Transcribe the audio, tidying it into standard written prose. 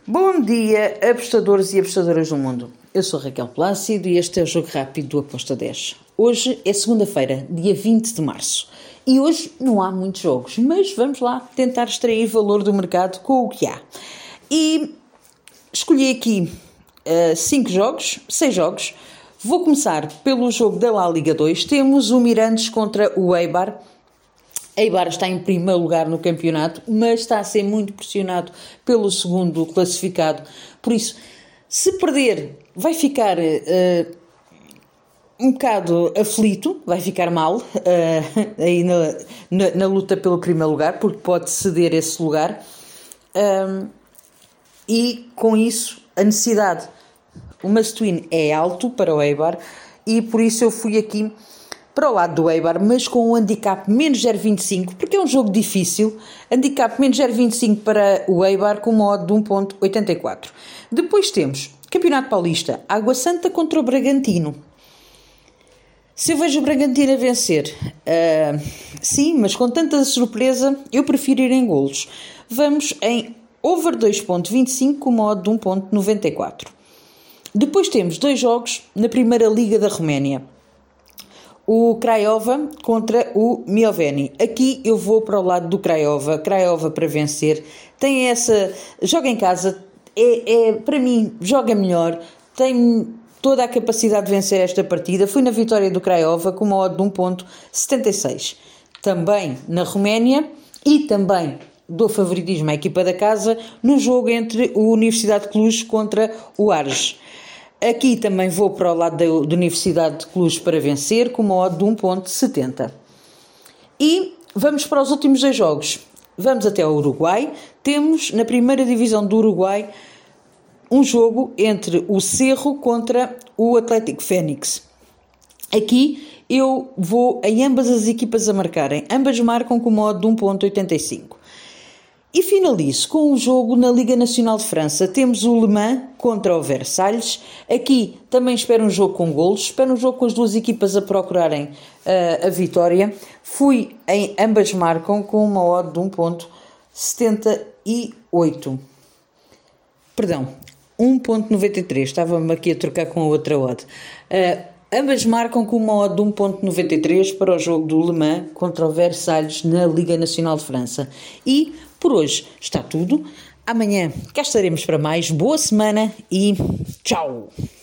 Bom dia, apostadores e apostadoras do mundo. Eu sou Raquel Plácido e este é o Jogo Rápido do Aposta 10. Hoje é segunda-feira, dia 20 de março. E hoje não há muitos jogos, mas vamos lá tentar extrair valor do mercado com o que há. E escolhi aqui 6 jogos. Vou começar pelo jogo da La Liga 2. Temos o Mirandes contra o Eibar. Eibar está em primeiro lugar no campeonato, mas está a ser muito pressionado pelo segundo classificado. Por isso, se perder, vai ficar um bocado aflito, vai ficar mal aí na luta pelo primeiro lugar, porque pode ceder esse lugar. E com isso, a necessidade, o must-win é alto para o Eibar e por isso eu fui aqui para o lado do Eibar, mas com um handicap menos 0,25, porque é um jogo difícil. Handicap menos 0,25 para o Eibar com modo de 1,84. Depois temos Campeonato Paulista, Água Santa contra o Bragantino. Se eu vejo o Bragantino a vencer, sim, mas com tanta surpresa, eu prefiro ir em golos. Vamos em over 2,25 com modo de 1,94. Depois temos 2 jogos na Primeira Liga da Roménia. O Craiova contra o Mioveni. Aqui eu vou para o lado do Craiova. Craiova para vencer. Tem essa... Joga em casa. Para mim, joga melhor. Tem toda a capacidade de vencer esta partida. Fui na vitória do Craiova com uma odd de 1,76. Também na Roménia e também dou favoritismo à equipa da casa no jogo entre o Universidade de Cluj contra o Arges. Aqui também vou para o lado da Universidade de Cluj para vencer, com uma odd de 1,70. E vamos para os últimos 2 jogos. Vamos até ao Uruguai. Temos na primeira divisão do Uruguai um jogo entre o Cerro contra o Atlético Fénix. Aqui eu vou em ambas as equipas a marcarem. Ambas marcam com uma odd de 1,85. E finalizo com o jogo na Liga Nacional de França. Temos o Le Mans contra o Versalhes. Aqui também espero um jogo com golos. Espero um jogo com as duas equipas a procurarem a vitória. Fui em ambas marcam com uma odd de 1,78. Perdão, 1,93. Estava-me aqui a trocar com a outra odd. Ambas marcam com uma odd de 1,93 para o jogo do Le Mans contra o Versalhes na Liga Nacional de França. E por hoje está tudo. Amanhã cá estaremos para mais. Boa semana e tchau!